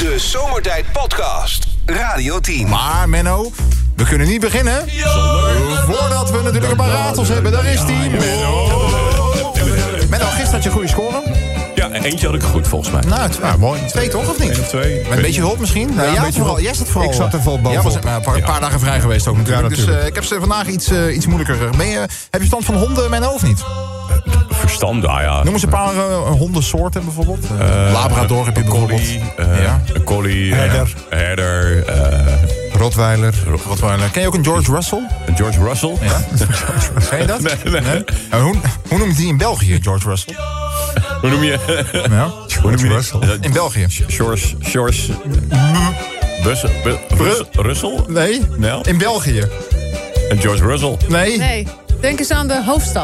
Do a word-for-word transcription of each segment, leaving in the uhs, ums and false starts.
De Zomertijd Podcast. Radio tien. Maar Menno, we kunnen niet beginnen zonder... voordat we natuurlijk een paar raadsels hebben. Daar is die. Menno. Menno, gisteren had je een goede score. Ja, eentje had ik goed volgens mij. Nou, het, nou mooi. Twee toch, of niet? Eén of twee. Met een beetje hulp misschien? Nou, Ja, ja, een beetje vooral, hulp. jij zat vooral... Ik zat er vol bovenop. Ja, was een paar, een paar dagen vrij geweest ook natuurlijk. Ja, dus natuurlijk. uh, ik heb ze vandaag iets, uh, iets moeilijker. Ben je, heb je stand van honden, Menno, of niet? Verstand, ah ja. Noem eens een paar uh, hondensoorten bijvoorbeeld. Uh, Labrador heb je een bijvoorbeeld. collie, uh, Ja. Een collie. Herder. Uh, herder. Uh, Rottweiler. Rottweiler. Ken je ook een George Russell? een George Russell. Ja. Ken je dat? Nee, nee. Nee? Uh, hoe, hoe noemt die in België, George Russell? Hoe noem je? Ja. Hoe noem je Russell. die? In België. George. George. Bus, bu, Rus, Russell? Nee, Nee. in België. En George Russell. Nee. Nee, denk eens aan de hoofdstad.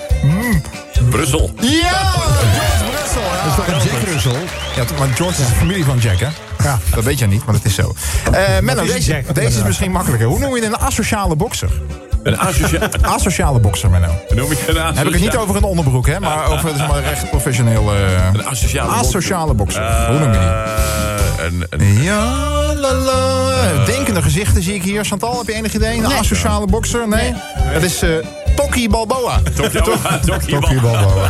Brussel. Ja! George Russell. Ja. Dat is toch een Jack Russell? Ja, t- maar George is de familie van Jack, hè? Ja. Dat weet jij niet, maar dat is zo. Uh, Menno, is deze, Jack? deze is misschien makkelijker. Hoe noem je een asociale bokser? Een asociale... Asociale bokser, Menno. Noem je een asociale... Heb ik het niet over een onderbroek, hè? Maar over dus maar echt professioneel... Uh, Een asociale bokser. asociale bokser. Uh, Hoe noem je die? Een, een, Ja, la la. Denkende gezichten zie ik hier. Chantal, heb je enig idee? Een Nee. asociale bokser? Nee? Het is uh, Toki Balboa. Toki Toki Balboa.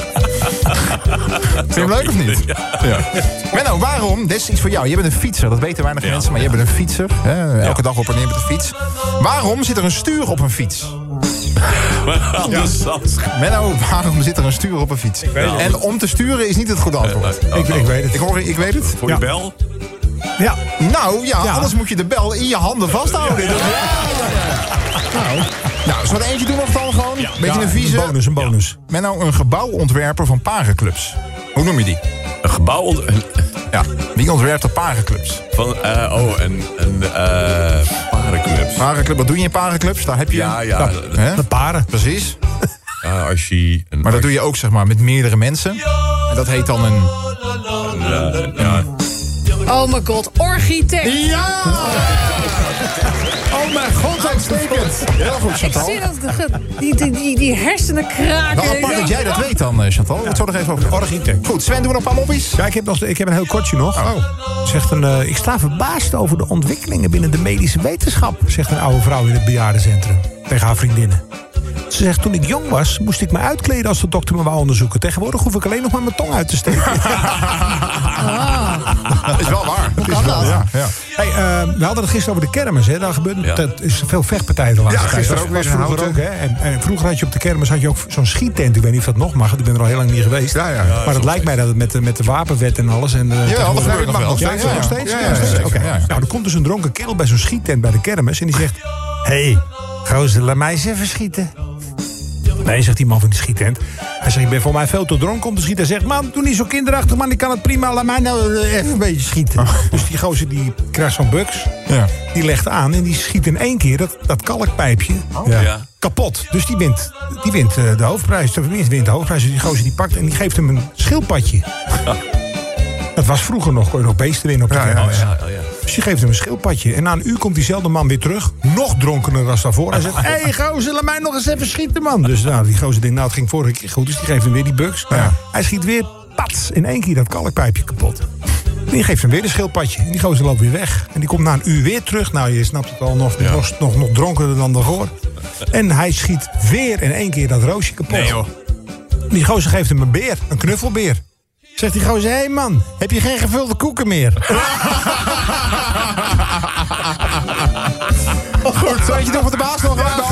Vind je hem leuk of niet? Ja. Menno, waarom? Dit is iets voor jou. Je bent een fietser. Dat weten weinig Ja. mensen, maar je bent een fietser. Hè? Elke Ja. dag op en neer met de fiets. Waarom zit er een stuur op een fiets? Anders. Menno, waarom zit er een stuur op een fiets? weet het. En om te sturen is niet het goede antwoord. Ik, ik weet het. Ik hoor, ik weet het. Voor Ja. de bel? Ja. Nou ja, Ja. anders moet je de bel in je handen vasthouden. Ja. Nou, nou, zullen we er eentje doen of dan gewoon? Beetje Ja, een vieze... Een bonus, een bonus. Menno, een gebouwontwerper van parenclubs. Hoe noem je die? Een gebouw ont- een- Ja, wie ontwerpt de parenclubs? van... Uh, oh, een... een uh, parenclubs. Parenclub, wat doe je in parenclubs? Daar heb je... Ja, ja. Hè? De paren. Precies. Uh, archie... Een Maar dat doe je ook zeg maar met meerdere mensen. En dat heet dan een... archie- uh, ja. Oh mijn god, orchitect. Ja! Oh mijn god, uitstekend. Heel goed, Ik Chantal. zie dat, ge- die, die, die, die hersenen kraken. Wel apart dat jij dat weet dan, eh, Chantal. Het zo nog even over. Architect. Goed, Sven, doen we nog een paar moppies? Ja, ik heb, nog, ik heb een heel kortje nog. Oh. Zegt een, uh, ik sta verbaasd over de ontwikkelingen binnen de medische wetenschap, zegt een oude vrouw in het bejaardencentrum tegen haar vriendinnen. Ze zegt, toen ik jong was, moest ik me uitkleden als de dokter me wou onderzoeken. Tegenwoordig hoef ik alleen nog maar mijn tong uit te steken. Dat is wel waar. Hoe kan dat? Ja, ja. Hey, uh, we hadden het gisteren over de kermis. Hè. Daar gebeurt Ja. dat is veel vechtpartijen de laatste Ja, tijd. gisteren Dat ook weer was in vroeger ook. Houten. Hè. En, en vroeger had je op de kermis had je ook zo'n schiettent. Ik weet niet of dat nog mag. Ik ben er al heel lang niet geweest. Ja, ja. Maar het lijkt mij dat het met, de- met de wapenwet en alles. En, uh, dat tegenwoordig- gebeurt nog mag wel. Ja, Ja, is dat ja. nog steeds? Ja, ja, nog steeds? zeker. Oké. Ja, ja. Nou, er komt dus een dronken kerel bij zo'n schiettent bij de kermis. En die zegt, hé, hey, gozer, laat mij eens even schieten. Nee, zegt die man van die schiettent. Hij zegt, ik ben voor mij veel te dronken om te schieten. Hij zegt, man, doe niet zo kinderachtig, man. Ik kan het prima. Laat mij nou eh, even een beetje schieten. Dus die gozer die krijgt zo'n buks. Ja. Die legt aan en die schiet in één keer dat, dat kalkpijpje Ja. kapot. Dus die wint, die wint eh, de hoofdprijs. Tenminste, wint de hoofdprijs. Dus die gozer die pakt en die geeft hem een schildpadje. Dat was vroeger nog, kon je nog beesten winnen op de Ja, ja, kermis. Ja, oh, ja. Dus die geeft hem een schildpadje. En na een uur komt diezelfde man weer terug. Nog dronkener dan daarvoor. Hij zegt, hé hey, gozer, laat mij nog eens even schieten, man. Dus nou, die gozer denkt, nou, het ging vorige keer goed. Dus die geeft hem weer die buks. Ja. Hij schiet weer, pats, in één keer dat kalkpijpje kapot. En die geeft hem weer een schildpadje. En die gozer loopt weer weg. En die komt na een uur weer terug. Nou, je snapt het al, nog, Ja. nog, nog, nog dronkener dan daarvoor. En hij schiet weer in één keer dat roosje kapot. Nee, joh. Die gozer geeft hem een beer, een knuffelbeer. Zegt die gozer, hé hey man, heb je geen gevulde koeken meer? Goed, zo eentje doen voor de baas nog. Ja,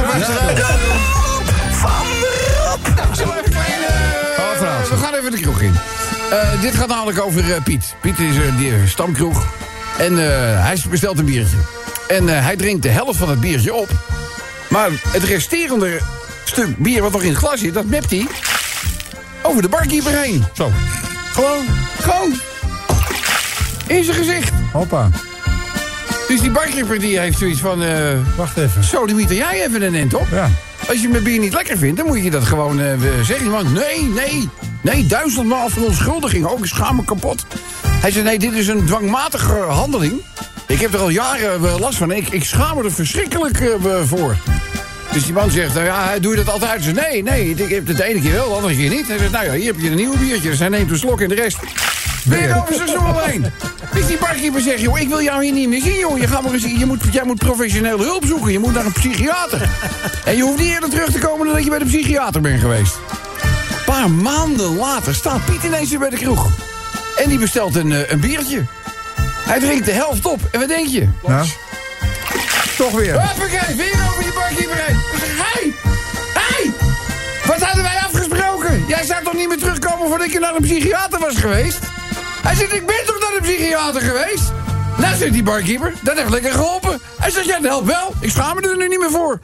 We gaan even de kroeg in. Uh, dit gaat namelijk over uh, Piet. Piet is uh, die uh, stamkroeg. En uh, hij bestelt een biertje. En uh, hij drinkt de helft van het biertje op. Maar het resterende stuk bier wat nog in het glas zit, dat mept hij over de barkeeper heen. Zo. Gewoon, gewoon. In zijn gezicht. Hoppa. Dus die barkeeper die heeft zoiets van... Uh, Wacht even. zo, die moet er jij even een end op. Ja. Als je mijn bier niet lekker vindt, dan moet je dat gewoon uh, zeggen. Want nee, nee, nee, duizendmaal verontschuldiging. Ook ik schaam me kapot. Hij zei, nee, dit is een dwangmatige handeling. Ik heb er al jaren uh, last van. Ik, ik schaam me er verschrikkelijk uh, voor. Dus die man zegt, nou ja, doe je dat altijd? Hij zegt, nee, nee, ik heb het de ene keer wel, de andere keer niet. Hij zegt, nou ja, hier heb je een nieuw biertje. Dus hij neemt een slok en de rest Weer over zijn zomer heen. Dus die barkeeper zegt, joh, ik wil jou hier niet meer zien, joh. Je, gaat maar eens, je moet, jij moet professionele hulp zoeken. Je moet naar een psychiater. En je hoeft niet eerder terug te komen dan dat je bij de psychiater bent geweest. Een paar maanden later staat Piet ineens weer bij de kroeg. En die bestelt een, uh, een biertje. Hij drinkt de helft op. En wat denk je? Ja. Toch weer. Hoppakee, weer over die barkeeper heen. Ik zeg, hé, hé, wat hadden wij afgesproken? Jij zou toch niet meer terugkomen voordat je naar een psychiater was geweest? Hij zegt, ik ben toch naar de psychiater geweest? Nou, zegt die barkeeper, dat heeft lekker geholpen. Hij zegt, ja, dat helpt wel. Ik schaam me er nu niet meer voor.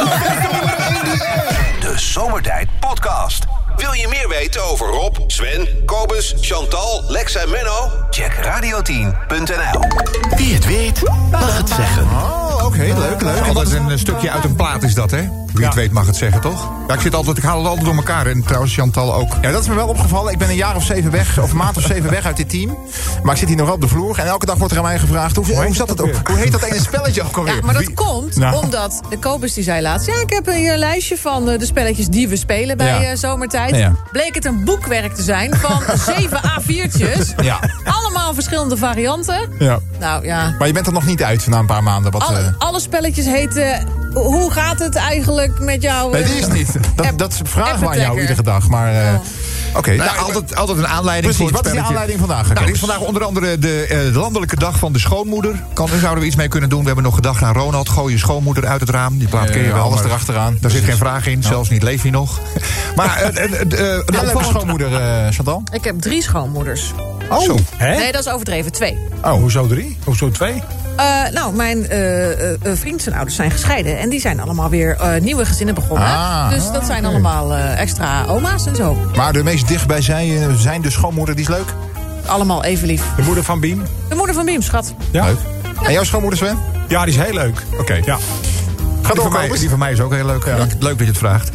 De Zomertijd Podcast. Wil je meer weten over Rob, Sven, Kobus, Chantal, Lex en Menno? Check radio tien punt n l. Wie het weet, mag het zeggen. Oh, oké, okay, leuk, leuk. En dat is een stukje uit een plaat is dat, hè? Wie het Ja. weet mag het zeggen, toch? Ja, ik, zit altijd, ik haal het altijd door elkaar. En trouwens Chantal ook. Ja, dat is me wel opgevallen. Ik ben een jaar of zeven weg, of een maand of zeven weg uit dit team. Maar ik zit hier nog wel op de vloer. En elke dag wordt er aan mij gevraagd, hoe, hoe, zat het ook? Hoe heet dat ene spelletje ook alweer? Ja, maar dat Wie- komt Nou. omdat de Kobus die zei laatst... ja, ik heb hier een lijstje van eh, de spelletjes die we spelen bij Ja. eh, Zomertijd. Ja. Bleek het een boekwerk te zijn van zeven A viertjes. Ja. Allemaal verschillende varianten. Ja. Nou ja, Maar je bent er nog niet uit na een paar maanden. Wat, alle, eh, alle spelletjes heten... hoe gaat het eigenlijk met jou? nee, eh, die is niet. Dat, app- dat vragen we aan jou appetrekker. iedere dag. Maar eh, Oh. oké. Nou, nou, altijd, altijd een aanleiding precies, voor het wat is die spelletje. aanleiding vandaag? Nou, dit Kobus? is vandaag onder andere de, eh, de landelijke dag van de schoonmoeder. Kan, daar zouden we iets mee kunnen doen. We hebben nog gedacht aan Ronald. Gooi je schoonmoeder uit het raam. Die plaat ken je Eh, wel. alles maar erachteraan. Daar zit geen vraag in. Zelfs niet leef je nog. Maar eh, eh, eh, een Jij hebt een opvallend- schoonmoeder, eh, Chantal? Ik heb drie schoonmoeders. Oh. Zo. Hè? Nee, dat is overdreven. Twee. Oh, hoezo drie? Hoezo twee? Eh, nou, mijn eh, eh, eh, vriend zijn ouders zijn gescheiden. En die zijn allemaal weer eh, nieuwe gezinnen begonnen. Ah. dus dat zijn allemaal eh, extra oma's en zo. Maar de meest dichtbij zij, eh, zijn de schoonmoeder, die is leuk. Allemaal even lief. De moeder van Biem? De moeder van Biem, schat. Ja. Leuk. En jouw schoonmoeder, Sven? Ja, die is heel leuk. Oké. Ja. Ga Die door, van, mij, Kobus. die van mij is ook heel leuk. Dank- Leuk dat je het vraagt.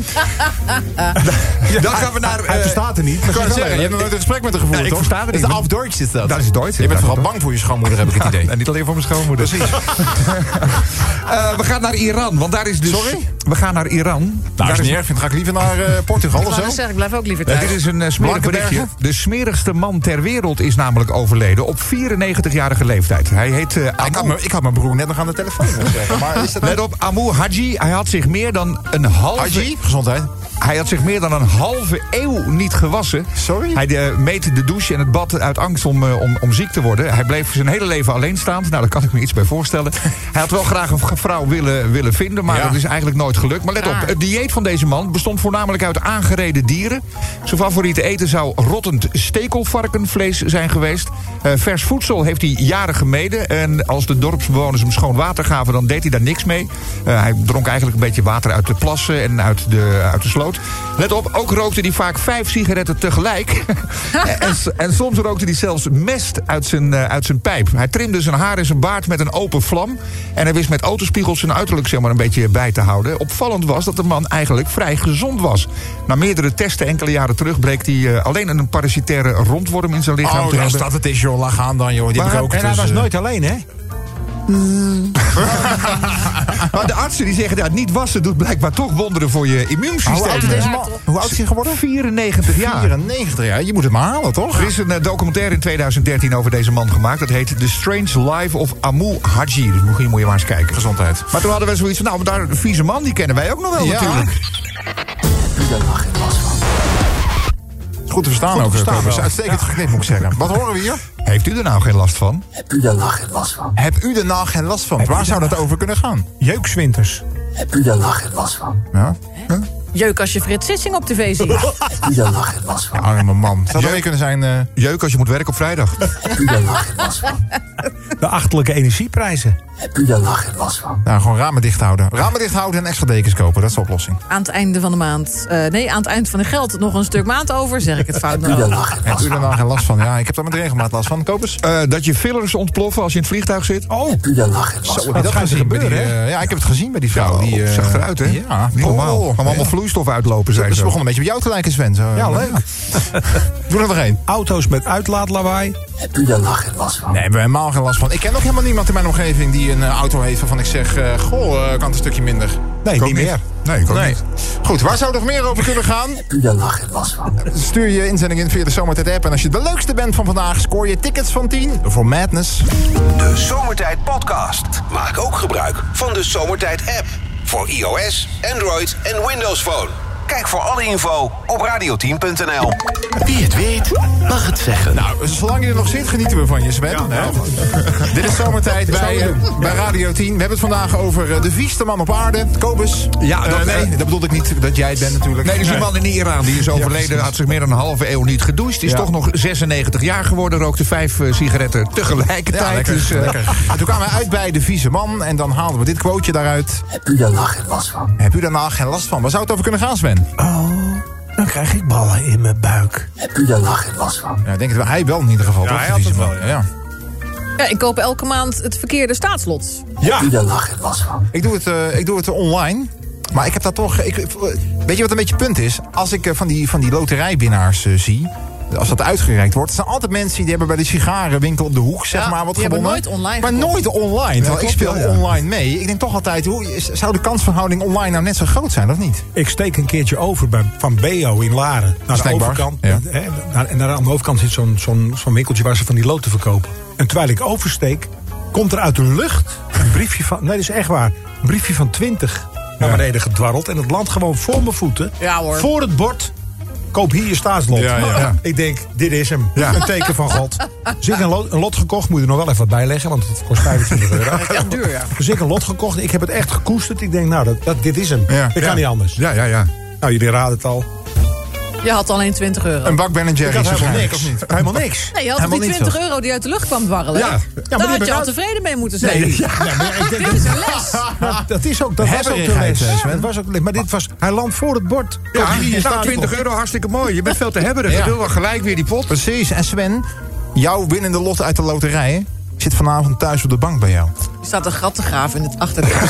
Dan gaan we naar... Hij eh, verstaat het niet. kan Maar het zeggen, zeggen, je hebt nog nooit een gesprek met haar gevoerd, Ja, ik toch? versta het Dat is niet. de Afdeutsch is dat. Dat is Duits. Je bent vooral inderdaad. bang voor je schoonmoeder, heb ik het idee. En niet alleen voor mijn schoonmoeder. Precies. Eh, we gaan naar Iran, want daar is dus... Sorry? We gaan naar Iran. Nou, Daar als je is- niet erg vindt, ga ik liever naar eh, Portugal Ik of wou zo. net zeggen, ik blijf ook liever Ja, thuis. dit is een uh, smerig Blankenbergen? berichtje. De smerigste man ter wereld is namelijk overleden op vierennegentigjarige leeftijd. Hij heet uh, Ik had, Amu... mijn, ik had mijn broer net nog aan de telefoon moeten zeggen. Maar is dat Let op, Amu Haji. Hij had zich meer dan een halve... Haji? Gezondheid. Hij had zich meer dan een halve eeuw niet gewassen. Sorry? Hij uh, meet de douche en het bad uit angst om, uh, om, om ziek te worden. Hij bleef zijn hele leven alleenstaand. Nou, daar kan ik me iets bij voorstellen. Hij had wel graag een vrouw willen, willen vinden, maar Ja. dat is eigenlijk nooit gelukt. Maar let op, Ah. het dieet van deze man bestond voornamelijk uit aangereden dieren. Zijn favoriete eten zou rottend stekelvarkenvlees zijn geweest. Uh, vers voedsel heeft hij jaren gemeden. En als de dorpsbewoners hem schoon water gaven, dan deed hij daar niks mee. Uh, hij dronk eigenlijk een beetje water uit de plassen en uit de, uit de sloot. Let op, ook rookte hij vaak vijf sigaretten tegelijk. en, en soms rookte hij zelfs mest uit zijn, uh, uit zijn pijp. Hij trimde zijn haar en zijn baard met een open vlam. En hij wist met autospiegels zijn uiterlijk zeg maar, een beetje bij te houden. Opvallend was dat de man eigenlijk vrij gezond was. Na meerdere testen enkele jaren terug bleek hij uh, alleen een parasitaire rondworm in zijn lichaam Oh, te als hebben. dat het is, joh. Laat gaan dan, joh. Die heb ik Maar- ook. En hij dus, was eh, nooit alleen, hè? Maar de artsen die zeggen dat niet wassen doet blijkbaar toch wonderen voor je Hoe immuunsysteem. oud is deze Ja, man? toch? Hoe oud is hij geworden? vierennegentig jaar. vierennegentig jaar. Je moet het maar halen, toch? Er is een uh, documentaire in tweeduizend dertien over deze man gemaakt. Dat heet The Strange Life of Amu Haji. Dus moet je, moet je maar eens kijken. Gezondheid. Maar toen hadden we zoiets van, nou, daar een vieze man, die kennen wij ook nog wel Ja. natuurlijk. Goed te verstaan Goed te ook. verstaan Kobus. wel. Uitstekend geknipt, moet ik zeggen. Wat horen we hier? Heeft u er nou geen last van? Heb u daar nou geen last van? Heb u er nou geen last van? Waar zou dat over kunnen gaan? Jeukzwinters. Heb u daar nou geen last van? Ja? Jeuk als je Frits Sissing op tv ziet. Heb u daar nou geen last van? Arme man. Zou dat weer kunnen zijn? eh, Jeuk als je moet werken op vrijdag. Heb u daar nou geen last van? De achterlijke energieprijzen. Heb u daar nou geen last van? nou, gewoon ramen dicht houden. Ramen dicht houden en extra dekens kopen. Dat is de oplossing. Aan het einde van de maand. eh, nee, aan het eind van de geld nog een stuk maand over. Zeg ik het fout Heb u daar nou? nou geen Heb last u er van? nou geen last van? Ja, ik heb daar met regelmaat last van. Kobus? Uh, dat je fillers ontploffen als je in het vliegtuig zit. Oh, Heb u daar nou geen last Zo, van? heb je dat gaat er gezien bij gebeuren, die, hè? eh, ja, ik heb het gezien bij die vrouw. Die, Die uh, eh, zag eruit, hè? Ja. Niet normaal. Oh, Kwam allemaal ja. vloeistof uitlopen, zei Ze ze. begon een beetje op jou te lijken, Sven. Zo, ja, leuk. Doe er nog één. Auto's met uitlaatlawaai. Heb u daar nou geen last van? Nee, hebben we helemaal geen last van. Ik ken ook helemaal niemand in mijn omgeving die een uh, auto heeft waarvan ik zeg... Uh, goh, uh, kan het een stukje minder. Nee, niet meer. Nee, ik ook Nee. niet. Goed, waar zou er nog meer over kunnen gaan? Heb u daar nou geen last van? Stuur je inzending in via de Zomertijd app. En als je de leukste bent van vandaag, scoor je tickets van tien voor Madness. De Zomertijd Podcast. Maak ook gebruik van de Zomertijd app. Voor iOS, Android en Windows Phone. Kijk voor alle info op radio tien punt n l. Wie het weet, mag het zeggen. Nou, zolang je er nog zit, genieten we van je, Sven. Ja, dit is Zomertijd bij, uh, bij Radio tien. We hebben het vandaag over uh, de vieste man op aarde, Kobus. Ja, dat, uh, nee, dat bedoelde ik niet dat jij het bent natuurlijk. Nee, dus die man in Iran, die is overleden, had zich meer dan een halve eeuw niet gedoucht. Is Ja. toch nog zesennegentig jaar geworden, rookte vijf uh, sigaretten tegelijkertijd. Ja, lekker, dus, uh, lekker. En toen kwamen we uit bij de vieze man en dan haalden we dit quoteje daaruit. Heb u daar nou geen last van? Heb u daarna geen last van? Waar zou het over kunnen gaan, Sven? Oh, dan krijg ik ballen in mijn buik. Heb u daar nou geen last van? Ja, ik denk dat hij wel in ieder geval. Ja, toch? hij De had vieze het man. wel, ja. Ja. Ja, ik koop elke maand het verkeerde staatslot. Ja. Heb u daar nou geen last van? Ik doe het, uh, ik doe het online. Maar ik heb dat toch... Ik, weet je wat een beetje het punt is? Als ik uh, van die, van die loterijwinnaars uh, zie... Als dat uitgereikt wordt, het zijn altijd mensen die hebben bij de sigarenwinkel op de hoek, zeg Ja, maar, wat die hebben gewonnen. nooit online Maar gekocht. nooit online. Terwijl ik klopt speel wel, ja. online mee. Ik denk toch altijd, hoe, zou de kansverhouding online nou net zo groot zijn, of niet? Ik steek een keertje over bij, van B O in Laren. Naar de Snackbar, overkant. ja. Hè, naar- en daar aan de overkant zit zo'n zo'n zo'n winkeltje waar ze van die loten verkopen. En terwijl ik oversteek, komt er uit de lucht een briefje van... Nee, dat is echt waar. Een briefje van twintig naar beneden gedwarreld. En het landt gewoon voor mijn voeten. Ja, hoor. Voor het bord. Koop hier je staatslot. Ja, ja, ja. Ik denk, dit is hem. Ja. Een teken van God. Dus ik een lot, een lot gekocht. Moet je er nog wel even wat bij leggen. Want het kost vijfentwintig euro. Ja, duur, ja. Dus ik een lot gekocht. Ik heb het echt gekoesterd. Ik denk, nou, dat, dat, dit is hem. Ja. Ik Ja. kan niet anders. ja, ja, ja. Nou, jullie raden het al. Je had alleen twintig euro. Een bak Ben en Ik Jerry's had helemaal waarschijnlijk, niks. of niet? Helemaal niks. Nee, je had Helemaal die niet twintig zo. euro die uit de lucht kwam dwarrelen. Ja. Ja, maar Daar die had heb je ik al uit- tevreden mee moeten zijn. Nee, ja, maar ik denk, Dit is een les. dat is ook, dat was ook de Hebberigheid, les. hè, Sven? Dat was ook de les. Maar dit was, hij landt voor het bord. Ja, Koop hier je nou, staatslot. twintig euro, hartstikke mooi. Je bent veel te hebberig. Ja. Je wil wel gelijk weer die pot. Precies. En Sven, jouw winnende lot uit de loterij zit vanavond thuis op de bank bij jou. Er staat een gat te graven in het achterdeur.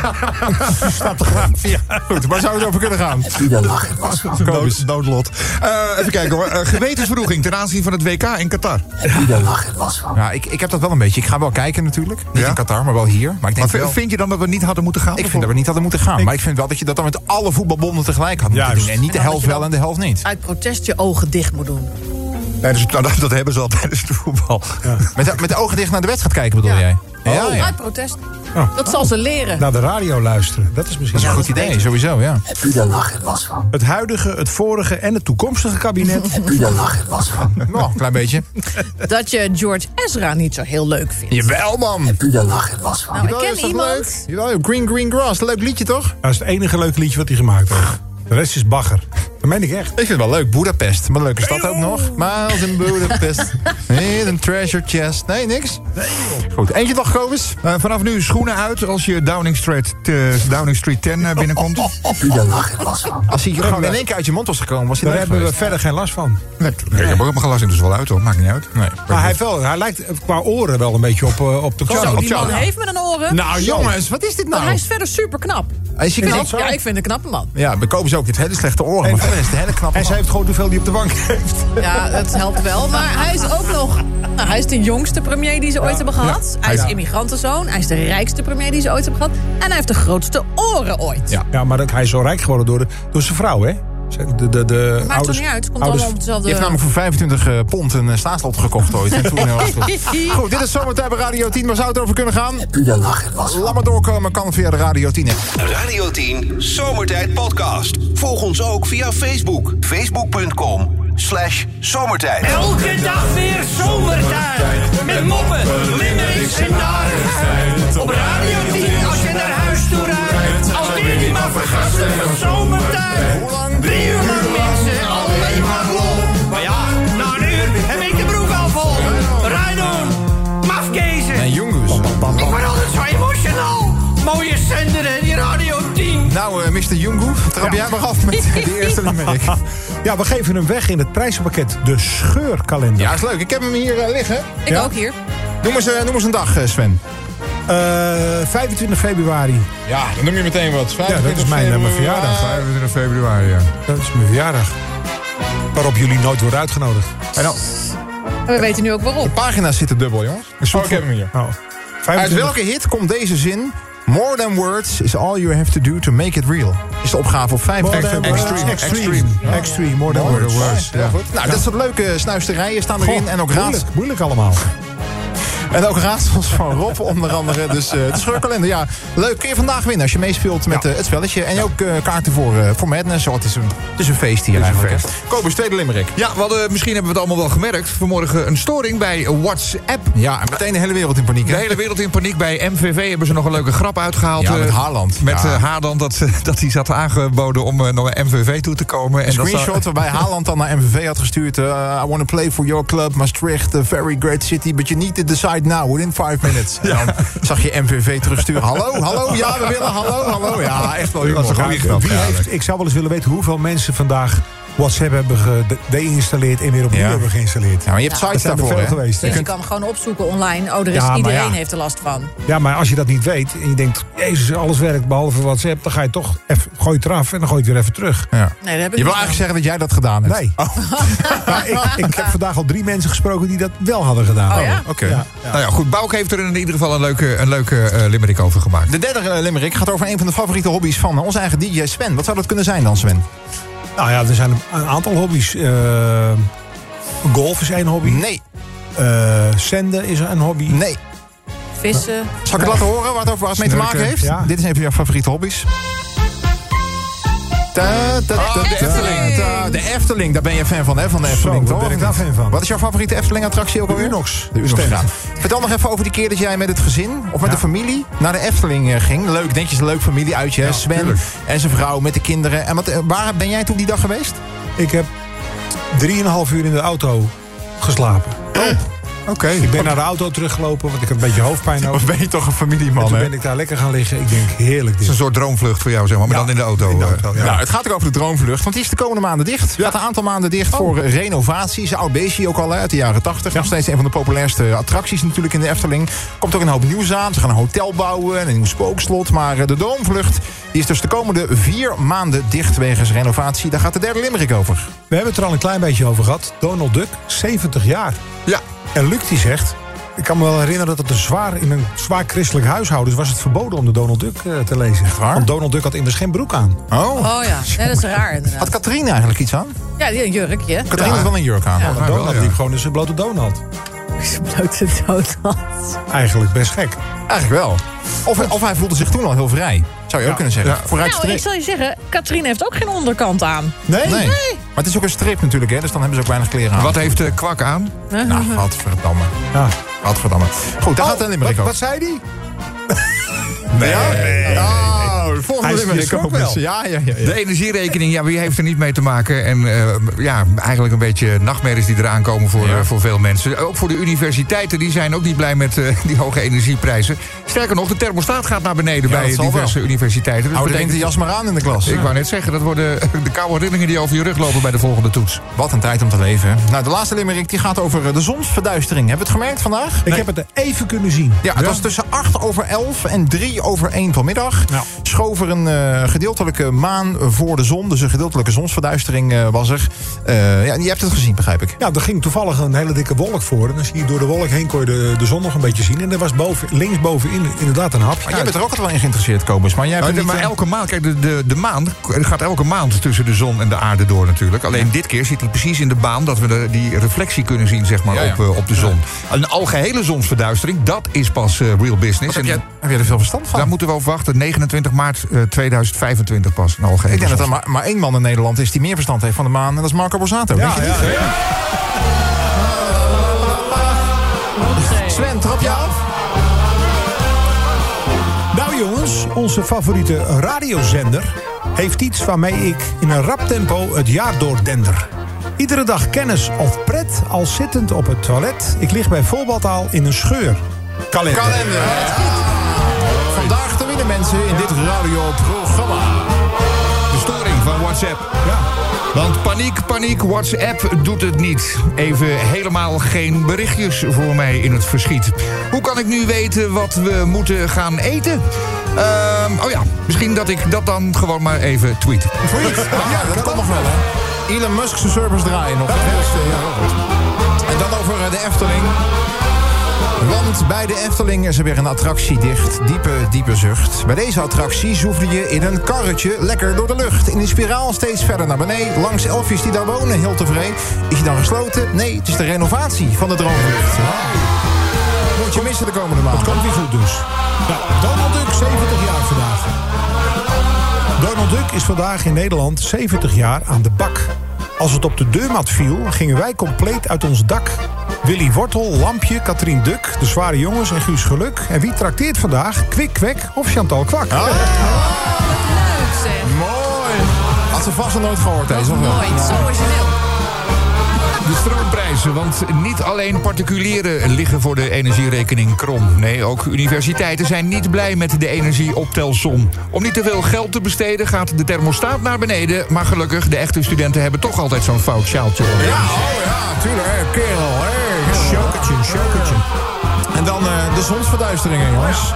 Staat te graaf. Ja. Goed, waar zou het over kunnen gaan? Heb u daar nou geen last van? Kobus. Noodlot. Uh, even kijken hoor. Uh, gewetensverhoging ten aanzien van het W K in Qatar. Heb u daar nou geen last van? Ja, ik, ik heb dat wel een beetje. Ik ga wel kijken natuurlijk. Niet Ja? in Qatar, maar wel hier. Maar ik denk Maar wel... vind je dan dat we niet hadden moeten gaan? Ik vind dat we niet hadden moeten gaan. Ik- Maar ik vind wel dat je dat dan met alle voetbalbonden tegelijk had moeten Juist. doen. En niet de En dan helft dat je wel dan- en de helft niet. Uit protest je ogen dicht moet doen. Nee, dus, nou, dat, dat hebben ze al tijdens het voetbal. Met, de- met de ogen dicht naar de wedstrijd kijken bedoel Ja. jij? Ja, ja. Uit protest. Oh. Dat zal ze leren. Naar de radio luisteren. Dat is misschien Dat is een goed dat is idee, beter. sowieso, ja. Heb u daar nou geen last van? het huidige, het vorige en het toekomstige kabinet. Heb u daar nou geen last van? Nou, een klein beetje. Dat je George Ezra niet zo heel leuk vindt. Jawel, man. Heb u daar nou geen last van? Nou, ik Jawel, is ken dat iemand. leuk? Jawel, Green Green Grass, leuk liedje toch? Dat is het enige leuke liedje wat hij gemaakt heeft. De rest is bagger. Dat meen ik echt. Ik vind het wel leuk, Budapest. Maar een leuke stad ook nog. Miles in Budapest. Hidden treasure chest. Nee, niks? Goed, eentje nog, Kobus? Uh, vanaf nu schoenen uit als je Downing Street, uh, Downing Street tien uh, binnenkomt. Heb u daar nou geen last van? Als hij gewoon in één keer uit je mond was gekomen, was hij Daar leuk hebben we geweest. verder geen last van. Nee, ik heb ook mijn glas in, dus wel uit hoor. Maakt niet uit. Nee. Maar hij, heeft wel, hij lijkt qua oren wel een beetje op, uh, op de Zo, Charles. die man heeft met een oren. Nou, jongens, wat is dit Maar nou? hij is verder super knap. Hij is Is knap. dat zo? Ja, ik vind een knappe man. Ja, bij Kobus ook. Dit hele slechte oren. Maar verder is het een hele knappe En ze man. heeft gewoon hoeveel hij op de bank heeft. Ja, het helpt wel. Maar hij is ook nog... Nou, hij is de jongste premier die ze ooit hebben gehad. Hij is Ja. immigrantenzoon. Hij is de rijkste premier die ze ooit hebben gehad. En hij heeft de grootste oren ooit. Ja. Ja, maar dat, hij is zo rijk geworden door, de, door zijn vrouw, hè? De, de, de, de Maakt ouders, toch niet uit. Het komt ouders- allemaal op Je hetzelfde... heeft namelijk voor vijfentwintig eh, pond een uh, staatslot gekocht ooit. En toen, uh, was het goed. Goed, dit is Zomertijd bij Radio tien. Waar zou het over kunnen gaan? Heb u daar nou geen last van? Laat maar doorkomen, kan via de Radio tien app. Radio tien Zomertijd Podcast. Volg ons ook via Facebook. Facebook.com slash zomertijd. Elke dag weer zomertijd. Met moppen, limmerings en narigheid. Op Radio tien als je naar huis toe rijdt. Alweer die maar vergasten van zomertijd. Drie uur lang mensen, alleen maar lol. Maar ja, na een uur heb ik de broek al vol. Rijdoen, mafkezen. En jongens. Ik word altijd zo emotional. Mooie zender hè, die Radio tien. Nou, uh, mister Jungu, trap jij maar af met de eerste limerick. Ja, we hem weg in het prijzenpakket. De scheurkalender. Ja, is leuk. Ik heb hem hier uh, liggen. Ik Ja? ook hier. Noem eens, uh, noem eens een dag, uh, Sven. Uh, vijfentwintig februari. Ja, dan noem je meteen wat. Ja, dat is mijn, uh, mijn verjaardag. vijfentwintig februari, ja. Dat is mijn verjaardag. Waarop jullie nooit worden uitgenodigd. En dan, We weten nu ook waarom. De pagina's zitten dubbel, jongens. Oh, ik heb hem hier. Oh. Uit welke hit komt deze zin? More than words is all you have to do to make it real. Is de opgave op vijftig. Extreme. Extreme. Extreme. Extreme. More than words. words. Ja. Goed. Nou, dat soort leuke snuisterijen staan erin. Goh, en ook moeilijk, raadsels. moeilijk allemaal. En ook raadsels van Rob onder andere. Dus uh, het scheurkalender. Ja, leuk. Kun je vandaag winnen als je meespeelt met Ja. uh, het spelletje. En ook uh, kaarten voor, uh, voor Madness. Oh, het, is een, het is een feest hier Het is een eigenlijk. feest. hè. Kobus, tweede limerick. Ja, we hadden, misschien hebben we het allemaal wel gemerkt. Vanmorgen een storing bij WhatsApp. Ja, en meteen de hele wereld in paniek. De hè? hele wereld in paniek. Bij M V V hebben ze nog een leuke grap uitgehaald. Ja, met eh, Haaland. Met Ja. eh, Haaland, dat, ze- dat hij zat aangeboden om eh, naar M V V toe te komen. Een En dat screenshot zou- waarbij Haaland dan naar M V V had gestuurd. Uh, I want to play for your club, Maastricht, a very great city. But you need to decide now, within five minutes. En dan zag je M V V terugsturen. Hallo, hallo, ja, we willen, hallo, hallo. Ja, echt wel Dat was humor. een goede grap. Wie Ja, heeft, ik zou wel eens willen weten hoeveel mensen vandaag WhatsApp hebben gedeinstalleerd en weer opnieuw Ja. hebben geïnstalleerd. Ja, maar je hebt Ja. sites Er zijn er daarvoor, veel hè? geweest. hè? Dus je kan gewoon opzoeken online. Oh, er is, Ja, maar iedereen ja. heeft er last van. Ja, maar als je dat niet weet en je denkt, jezus, alles werkt behalve WhatsApp, dan ga je toch even, gooi het eraf en dan gooi je het weer even terug. Ja. Nee, dat heb ik Je niet wil eigenlijk zeggen dat jij dat gedaan hebt? Nee. Maar ik, ik heb vandaag al drie mensen gesproken die dat wel hadden gedaan. Oh ja? Oké. Ja. Nou ja, goed. Bouke heeft er in ieder geval een leuke, een leuke eh, limerick over gemaakt. De derde uh, limerick gaat over een van de favoriete hobby's van onze eigen D J Sven. Wat zou dat kunnen zijn dan, Sven? Nou ja, er zijn een, een aantal hobby's. Uh, golf is één hobby. Nee, Uh, zenden is een hobby. nee. Vissen. Zal ik het laten horen waar het, over, waar het mee te maken Snurken, heeft? ja. Dit is een van jouw favoriete hobby's. Ta, ta, ta, de ta, Efteling. ta. De Efteling, daar ben je fan van, hè? Van de Efteling, daar toch? ben ik daar fan van. Wat is jouw favoriete Efteling-attractie ook alweer? Unox. De Unox. Stand. Ja. Vertel nog even over die keer dat jij met het gezin of met Ja. de familie naar de Efteling eh, ging. Leuk, denk je, is een leuk familieuitje, hè? Ja, Sven tuurlijk. en zijn vrouw met de kinderen. En wat, eh, waar ben jij toen die dag geweest? Ik heb drieënhalf uur in de auto geslapen. Oké. Ik ben naar de auto teruggelopen, want ik heb een beetje hoofdpijn ook. Of ben je toch een En familieman, toen hè? ben ik daar lekker gaan liggen. Ik denk, heerlijk Het is dit. een soort droomvlucht voor jou, zeg maar. Maar Ja, dan in de auto. in de eh. auto, ja. Nou, het gaat ook over de droomvlucht, want die is de komende maanden dicht. Het gaat een aantal maanden dicht voor renovatie. Is oud beestje ook al hè, uit de jaren tachtig. Nog steeds een van de populairste attracties natuurlijk in de Efteling. Komt ook een hoop nieuws aan. Ze gaan een hotel bouwen en een nieuw spookslot. Maar eh, de droomvlucht die is dus de komende vier maanden dicht wegens renovatie. Daar gaat de derde limerick over. We hebben het er al een klein beetje over gehad. Donald Duck, zeventig jaar. Ja. En Luc die zegt... Ik kan me wel herinneren dat het een zwaar, in een zwaar christelijk huishouden was het verboden om de Donald Duck eh, te lezen. waar? Want Donald Duck had immers geen broek aan. Oh. Oh ja, ja dat is raar inderdaad. Had Katrien eigenlijk iets aan? Ja, die een jurkje. Katrien had wel een jurk aan. Ja. Maar wel, Donald ja. liep gewoon in zijn blote Donald. Blote dood. Eigenlijk best gek. Eigenlijk wel. Of, of hij voelde zich toen al heel vrij. Zou je ook Ja. kunnen zeggen. Ja. Vooruit Nou, ik streep. zal je zeggen, Katrien heeft ook geen onderkant aan. Nee? Nee. Maar het is ook een strip natuurlijk, hè? Dus dan hebben ze ook weinig kleren aan. Wat heeft uh, Kwak aan? Nou, godverdamme. Ja. Godverdamme. Goed, daar gaat de limerick wat, over. wat zei die? Nee. Ja? Oh, de Hij volgende is- limerick je schrok ook. wel. Ja, ja, ja. ja. De energierekening, ja, wie heeft er niet mee te maken? En eh, ja, eigenlijk een beetje nachtmerries die eraan komen voor, Ja. eh, voor veel mensen. Ook voor de universiteiten, die zijn ook niet blij met eh, die hoge energieprijzen. Sterker nog, de thermostaat gaat naar beneden Ja, bij dat zal diverse wel. universiteiten. Dus Hou de betekent- de jas maar aan in de klas. Ik wou net zeggen, dat worden de koude rillingen die over je rug lopen bij de volgende toets. Wat een tijd om te leven. hè. Nou, de laatste limerick die gaat over eh, de zonsverduistering. Hebben we het gemerkt vandaag? Ik heb het even kunnen zien. Ja, het was tussen acht over elf en drie over één vanmiddag. Ja. Schoof er een eh, gedeeltelijke maan voor de zon. Dus een gedeeltelijke zonsverduistering eh, was er. Eh, ja, je hebt het gezien, begrijp ik. Ja, er ging toevallig een hele dikke wolk voor. En dan zie je door de wolk heen kon je de, de zon nog een beetje zien. En er was boven, linksbovenin inderdaad een hapje. Maar jij bent er ook altijd wel in geïnteresseerd, Kobus. Maar jij hebt Nou, er de- niet, maar eh, elke maand, kijk, de, de, de maan er gaat elke maand tussen de zon en de aarde door natuurlijk. Alleen dit keer zit hij precies in de baan dat we de, die reflectie kunnen zien, zeg maar, Ja, ja. Op, uh, op de zon. Een algehele zonsverduistering, dat is pas uh, real business. Wat heb, En jij, heb jij er veel verstand van? daar moeten we op wachten. negenentwintig maart uh, tweeduizend vijfentwintig pas. Een algehele Ik denk dat er zons- maar, maar één man in Nederland is die meer verstand heeft van de maan. En dat is Marco Borsato. Ja, Denk je ja, niet? ja. Sven, trap je af? Nou jongens, onze favoriete radiozender heeft iets waarmee ik in een rap tempo het jaar doordender. Iedere dag kennis of pret, al zittend op het toilet. Ik lig bijvoorbeeld al in een scheur. Kalender. Kalender. Vandaag te winnen mensen in dit radioprogramma. De storing van WhatsApp. Ja. Want paniek, paniek, WhatsApp doet het niet. Even helemaal geen berichtjes voor mij in het verschiet. Hoe kan ik nu weten wat we moeten gaan eten? Ehm, oh ja, misschien dat ik dat dan gewoon maar even tweet. Tweet. Ja, dat komt nog wel, hè. Elon Musk zijn servers draaien nog. Dus, eh, ja, heel goed. En dan over de Efteling. Want bij de Efteling is er weer een attractie dicht. Diepe, diepe zucht. Bij deze attractie zoefde je in een karretje lekker door de lucht. In een spiraal steeds verder naar beneden. Langs elfjes die daar wonen, heel tevreden. Is je dan gesloten? Nee, het is de renovatie van de droomvlucht. Moet je missen de komende maanden. Het komt weer goed dus. Ja, Donald Duck, zeventig jaar vandaag. Donald Duck is vandaag in Nederland zeventig jaar aan de bak. Als het op de deurmat viel, gingen wij compleet uit ons dak. Willy Wortel, Lampje, Katrien Duk, de Zware Jongens en Guus Geluk. En wie trakteert vandaag? Kwik Kwek of Chantal Kwak? Ah. Leuk zeg. Mooi. Had ze vast nog nooit gehoord, deze. Of wel? Mooi, zo origineel. De stroomprijzen, want niet alleen particulieren liggen voor de energierekening krom. Nee, ook universiteiten zijn niet blij met de energieoptelsom. Om niet te veel geld te besteden gaat de thermostaat naar beneden. Maar gelukkig, de echte studenten hebben toch altijd zo'n fout sjaaltje. Ja, oh ja, tuurlijk. Hey, kerel, hey. Chokertje, chokertje. En dan uh, de zonsverduisteringen, jongens.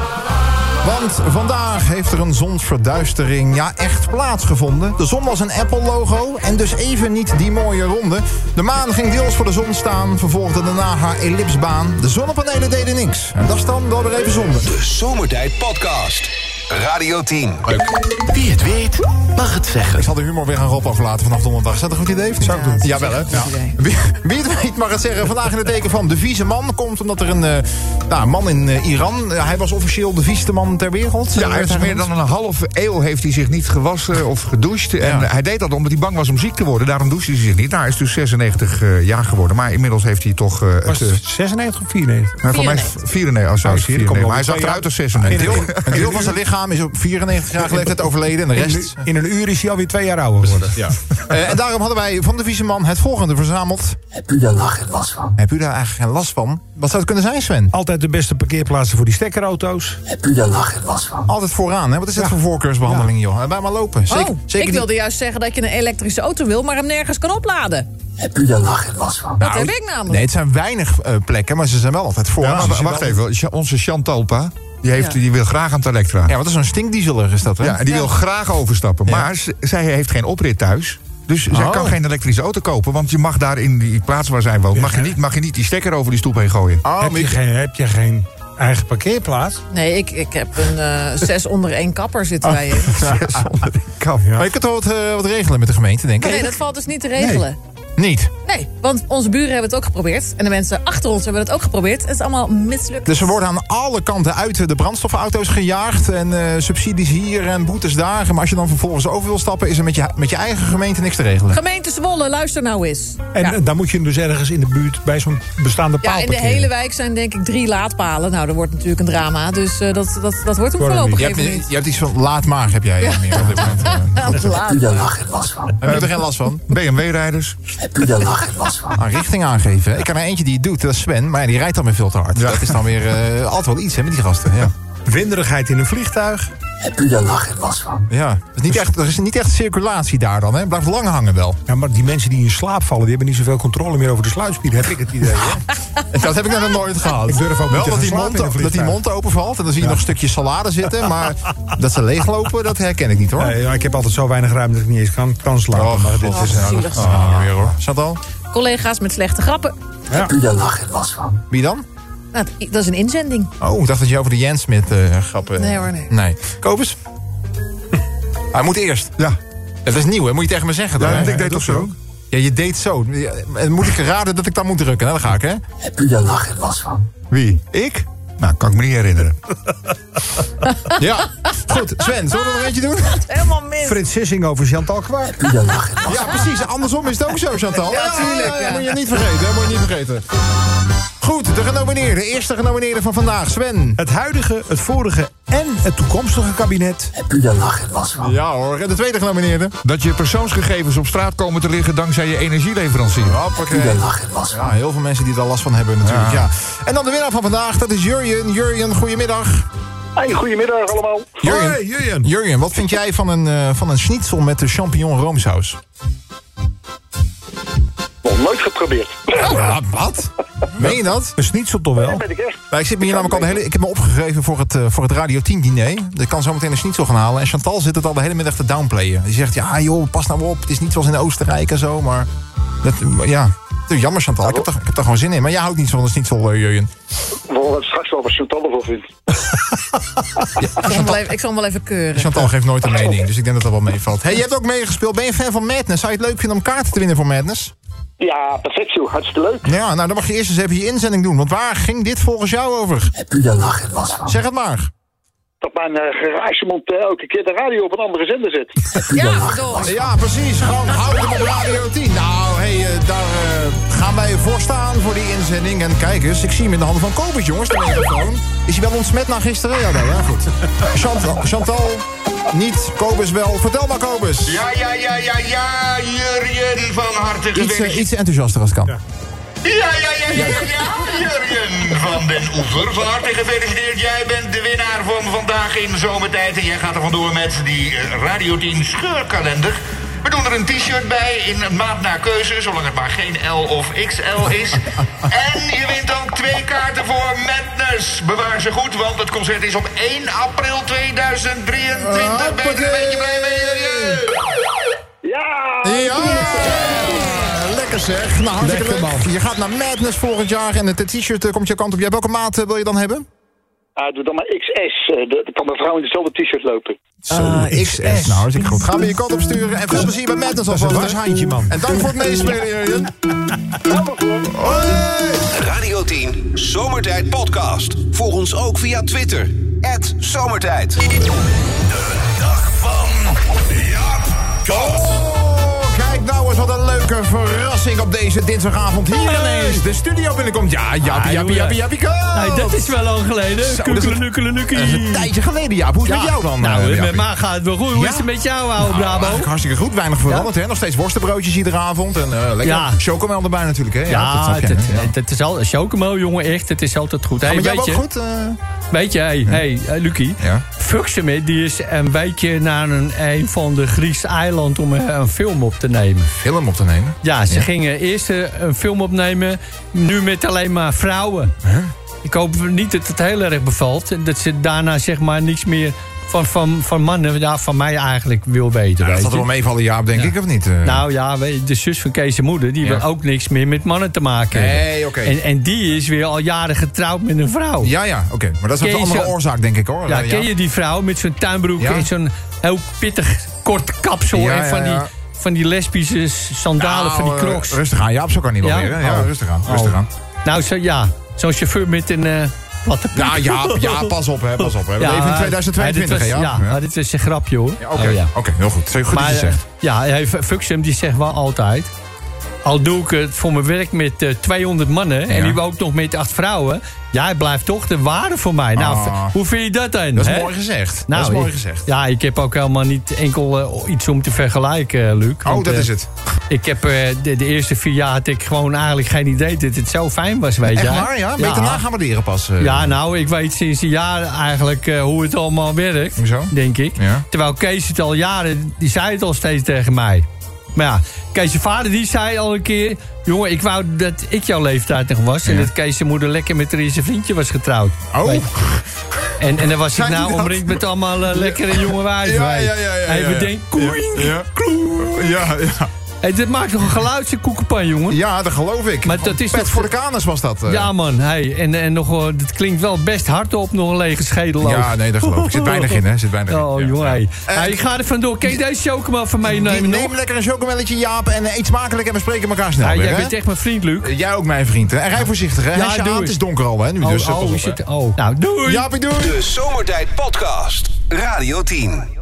Want vandaag heeft er een zonsverduistering ja echt plaatsgevonden. De zon was een Apple-logo en dus even niet die mooie ronde. De maan ging deels voor de zon staan, vervolgde daarna haar ellipsbaan. De zonnepanelen deden niks. En dat is dan wel weer even zonde. De Zomertijd Podcast. Radio tien. Wie het weet, mag het zeggen. Ik zal de humor weer aan Rob overlaten vanaf donderdag. Is dat een goed idee? Zou ik doen. Ja, wel hè? Ja. Wie, wie het weet mag het zeggen. Vandaag in het teken van de vieze man. Komt omdat er een uh, nou, man in uh, Iran. Uh, hij was officieel de vieste man ter wereld. Ja, hij heeft meer dan een half eeuw heeft hij zich niet gewassen of gedoucht. En Ja. hij deed dat omdat hij bang was om ziek te worden. Daarom douchte hij zich niet. Nou, hij is dus zesennegentig uh, jaar geworden. Maar inmiddels heeft hij toch... Uh, Was het, uh, het zesennegentig of vierennegentig? nou, voor mij vierennegentig. Oh, sorry, Oh, vierennegentig. komt nog Maar hij twee zag jaar. eruit als Een zesennegentig. deel, een deel van zijn lichaam is op vierennegentig-jarige leeftijd overleden. En de In rest... een, in een uur is hij alweer twee jaar ouder geworden. Ja. Uh, en daarom hadden wij van de vieze man het volgende verzameld. Heb u daar nog geen last van? Heb u daar eigenlijk geen last van? Wat zou het kunnen zijn, Sven? Altijd de beste parkeerplaatsen voor die stekkerauto's. Heb u daar nog geen last van? Altijd vooraan, hè? Wat is dat Ja. voor voorkeursbehandeling, joh? Wij maar lopen. Zeker, Oh, zeker ik die- wilde juist zeggen dat je een elektrische auto wil, maar hem nergens kan opladen. Heb u daar nog geen last van? Dat Nou, heb ik namelijk. Nee, het zijn weinig uh, plekken, maar ze zijn wel altijd Ja, vooraan. maar Dus wacht je wel- even. Cha- Onze Chantal Pa, die, heeft, Ja. die wil graag aan het elektra. Ja, wat is zo'n stinkdiezeler is dat, hè? Ja, en die Ja. wil graag overstappen. Ja. Maar z- zij heeft geen oprit thuis. Dus zij Oh. kan geen elektrische auto kopen. Want je mag daar in die plaats waar zij woont... mag je niet, mag je niet die stekker over die stoep heen gooien. Oh, heb, maar je ik- geen, heb je geen eigen parkeerplaats? Nee, ik, ik heb een eh, zes onder één kapper zitten wij in. Zonder die kap. Maar je kunt toch wat, uh, wat regelen met de gemeente, denk ik? Nee, dat valt dus niet te regelen. Niet. Nee, want onze buren hebben het ook geprobeerd. En de mensen achter ons hebben het ook geprobeerd. Het is allemaal mislukt. Dus we worden aan alle kanten uit de brandstofauto's gejaagd. En uh, subsidies hier en boetes daar. Maar als je dan vervolgens over wil stappen... is er met je, met je eigen gemeente niks te regelen. Gemeente Zwolle, luister nou eens. En ja. eh, dan moet je hem dus ergens in de buurt bij zo'n bestaande paal Ja, in de parkeren. hele wijk zijn denk ik drie laadpalen. Nou, dat wordt natuurlijk een drama. Dus uh, dat, dat, dat wordt hem Waarom voorlopig Je hebt, even je, niet. je hebt iets van laat maar, heb jij al meer op dit moment. Uh, Laat Heb u daar nog geen last van? heb je er geen last van? B M W-rijders. Heb u daar nog geen last van? Een richting aangeven. Ik kan er eentje die het doet, dat is Sven. Maar ja, die rijdt dan weer veel te hard. Dat is dan weer uh, altijd wel iets hè, met die gasten. Ja. Winderigheid in een vliegtuig. Heb u daar nog geen last van? Ja. Het is niet echt, er is niet echt circulatie daar dan. Hè. Het blijft lang hangen wel. Ja, maar die mensen die in slaap vallen, die hebben niet zoveel controle meer over de sluitspieren. Heb ik het idee. Hè? Dat heb ik nog nooit gehad. Ik durf ook wel niet te dat die, gaan slapen mond, in een dat die vliegtuig. mond openvalt. En dan zie je nog een stukje salade zitten. Maar dat ze leeglopen, dat herken ik niet hoor. Nee, ik heb altijd zo weinig ruimte dat ik niet eens kan, kan slapen. Oh, maar dit God. is nou... Zielig. Ah, weer hoor. Chantal? Collega's met slechte grappen. Heb u daar nog geen last van? Wie dan? Nou, dat is een inzending. Oh, ik dacht dat je over de Jens Smit uh, grappen... Nee hoor, nee. Nee. Kobus? Hij moet eerst. Ja, Dat is nieuw, hè? Moet je tegen me zeggen dan, ja hè? ik deed toch zo. Ja, je deed zo. Ja, en moet ik raden dat ik dan moet drukken? Nou, dan ga ik, hè? Heb u daar nog geen last van? Wie? Ik? Nou, kan ik me niet herinneren. Ja. Goed, Sven, zullen we er nog eentje doen? Helemaal mis. Frits Sissing over Chantal Kwak. Heb u daar nog geen last Ja, precies. Andersom is het ook zo, Chantal. Ja, tuurlijk, Ja, ja. moet je niet vergeten, hè? Moet je niet vergeten. Goed, de genomineerde. Eerste genomineerde van vandaag, Sven. Het huidige, het vorige en het toekomstige kabinet. Heb u daar nog geen last van? Ja hoor, en de tweede genomineerde. Dat je persoonsgegevens op straat komen te liggen dankzij je energieleverancier. Heb u Hoppakee. daar nog geen last van? Ja, heel veel mensen die daar last van hebben natuurlijk, ja. Ja. En dan de winnaar van vandaag, dat is Jurjen. Jurjen, goedemiddag. Hey, goedemiddag allemaal. Jurjen, Hoi, Jurjen. Jurjen, wat vind jij van een, uh, van een schnitzel met de champignon roomsaus? Nog nooit geprobeerd. Ja, wat? Meen je dat? Een schnitzel toch wel? Dat weet ik echt. Nou, ik zit me hier namelijk al de hele... Ik heb me opgegeven voor het, uh, voor het Radio tien diner. Ik kan zo meteen een schnitzel gaan halen. En Chantal zit het al de hele middag te downplayen. Die zegt, ja joh, pas nou op. Het is niet zoals in Oostenrijk en zo, maar... Dat, ja, Jammer, Chantal. Ik heb, er, ik heb er gewoon zin in. Maar jij houdt niet van de schnitzel, uh, Jurjen. We horen het straks wel wat Chantal ervoor vindt. Ik zal, hem wel even, ik zal hem wel even keuren. Chantal geeft nooit een mening, dus ik denk dat dat wel meevalt. Hey, je hebt ook meegespeeld. Ben je fan van Madness? Zou je het leuk vinden om kaarten te winnen voor Madness? Ja, perfect joh. Hartstikke leuk. Ja, nou dan mag je eerst eens even je inzending doen. Want waar ging dit volgens jou over? Heb u daar lachen was van? Zeg het maar. Dat mijn uh, garagemonteur elke keer de radio op een andere zender zet. Ja, door. Ja, precies. Gewoon houd hem op Radio tien. Nou, hey, uh, daar uh, gaan wij voor staan voor die inzending. En kijk eens, ik zie hem in de handen van Kobus, jongens, de microfoon. Is hij wel ontsmet na gisteren? Ja, nou, ja, goed. Chantal, Chantal, niet. Kobus wel. Vertel maar, Kobus. Ja, ja, ja, ja, ja, Jurjen, van harte Iets, gefeliciteerd. uh, iets enthousiaster als het kan. Ja. Ja, ja, ja, ja, ja, ja, Jurjen van den Oever, van harte gefeliciteerd. Jij bent de winnaar van vandaag in Zomertijd. En jij gaat er vandoor met die Radio tien scheurkalender. We doen er een t-shirt bij in een maat naar keuze, zolang het maar geen L of X L is. En je wint ook twee kaarten voor Madness. Bewaar ze goed, want het concert is op één april tweeduizend drieëntwintig. Ben je er een beetje blij mee, Jurjen? Ja! Ja! Lekker zeg. Nou, hartstikke leuk. Je gaat naar Madness volgend jaar en het t-shirt uh, komt je kant op. Jij welke maat uh, wil je dan hebben? Ah, doe dan maar X S. Uh, Dan kan mijn vrouw in dezelfde t-shirt lopen. Zo, uh, X S. Nou, hartstikke goed. Gaan we je kant op sturen. En veel plezier bij Madness alvast. Dat is een handje, man. En dank voor het meespelen, Jurjen. Hoi! Radio tien Zomertijd Podcast. Volg ons ook via Twitter. at Zomertijd. De dag van Jaap Koot. Kijk nou eens wat een leuke verrassing op deze dinsdagavond. Hier ineens de studio binnenkomt. Ja, Jaapie, Jaapie, Jaapie, Jaapie, Nee, dat is wel lang geleden. Kukkelenukkelenukie. Dat is een tijdje geleden, Jaap. Hoe is het ja. met jou dan? Nou, uh, met mij gaat het wel goed. Hoe ja? is het met jou, oude nou, Brabo? Eigenlijk hartstikke goed. Weinig veranderd, ja? hè? Nog steeds worstenbroodjes iedere avond. En uh, lekker ja. chocomel erbij natuurlijk, hè? Ja, ja, dat het, het, het, het is al chocomel, jongen, echt. Het is altijd goed. Hey, hey, maar weet jij je, ook goed? Uh... Weet je, hey, hey, uh, Lucie. Ja? Fuxeme, die is een weekje naar een, een van de Griekse eilanden om een, een film op te nemen. Film op te nemen? Ja, ze ja. gingen eerst een film opnemen, nu met alleen maar vrouwen. Huh? Ik hoop niet dat het heel erg bevalt. En dat ze daarna zeg maar niks meer van, van, van mannen, ja, van mij eigenlijk wil weten. Ja, dat weet zal er wel meevallen, Jaap, denk ja. ik, of niet? Uh... Nou ja, de zus van Kees' moeder, die ja. wil ook niks meer met mannen te maken hebben. Nee, oké. Okay. En, en die is weer al jaren getrouwd met een vrouw. Ja, ja, oké. Okay. Maar dat is een andere zo... oorzaak, denk ik, hoor. Ja, uh, ken ja. je die vrouw met zo'n tuinbroek ja. en zo'n heel pittig kort kapsel ja, en van ja, ja. die... Van die lesbische sandalen, nou, van die crocs. Uh, rustig aan, Jaap, zo kan niet wel ja? weer. Hè? Ja, oh. rustig aan, rustig aan. Nou, zo, ja, zo'n chauffeur met een... Uh, ja, Jaap, ja, pas op, hè, pas op. Hè. We ja, leven in tweeduizend tweeëntwintig, ja, dit was, hè, ja, ja, dit is een grapje, hoor. Ja, Oké, okay. oh, ja. okay, heel goed. Goed maar, gezegd. Ja, Fuxem die zegt wel altijd... Al doe ik het voor mijn werk met uh, tweehonderd mannen... Ja. en nu ook nog met acht vrouwen... jij blijft toch de waarde voor mij. Nou, ah. hoe vind je dat dan? Dat is hè? mooi gezegd. Nou, dat is mooi ik, gezegd. Ja, ik heb ook helemaal niet enkel uh, iets om te vergelijken, Luc. Oh, want, dat uh, is het. Ik heb uh, de, de eerste vier jaar had ik gewoon eigenlijk geen idee dat het zo fijn was, weet je. Echt waar, ja? Weet je, daarna gaan we leren pas. Uh. Ja, nou, ik weet sinds een jaar eigenlijk uh, hoe het allemaal werkt. Hoezo? Denk ik. Ja. Terwijl Kees het al jaren, die zei het al steeds tegen mij. Maar ja, Kees' vader die zei al een keer... jongen, ik wou dat ik jouw leeftijd nog was... Ja. en dat Kees' moeder lekker met haar eerste vriendje was getrouwd. Oh. En, en dan was ik nou omringd met allemaal uh, lekkere jonge wijven. Ja, ja, ja, ja. Even ja. denken, koeing, ja. Ja, ja. Hey, dit maakt toch een geluid, zijn koekenpan, jongen? Ja, dat geloof ik. Maar dat is Pet toch... voor de kanus was dat. Uh... Ja, man. Hey, en, en nog, uh, dat klinkt wel best hard op, nog een lege schedel. Ja, nee, dat geloof ik. Zit weinig in, hè? Zit weinig in. Oh, ja. jongen. Hey. Uh, hey, ik ga er vandoor. Kun je deze chocomel van mij nemen? Neem lekker een chocomelletje, Jaap. En uh, eet smakelijk en we spreken elkaar snel hey, weer, jij hè? bent echt mijn vriend, Luc. Uh, jij ook mijn vriend. Hè? En rij voorzichtig, hè? Ja, doe het is donker al, hè? Nu oh, dus. Oh, op, het, oh. Nou, doei. De Zomertijd Podcast. Radio tien.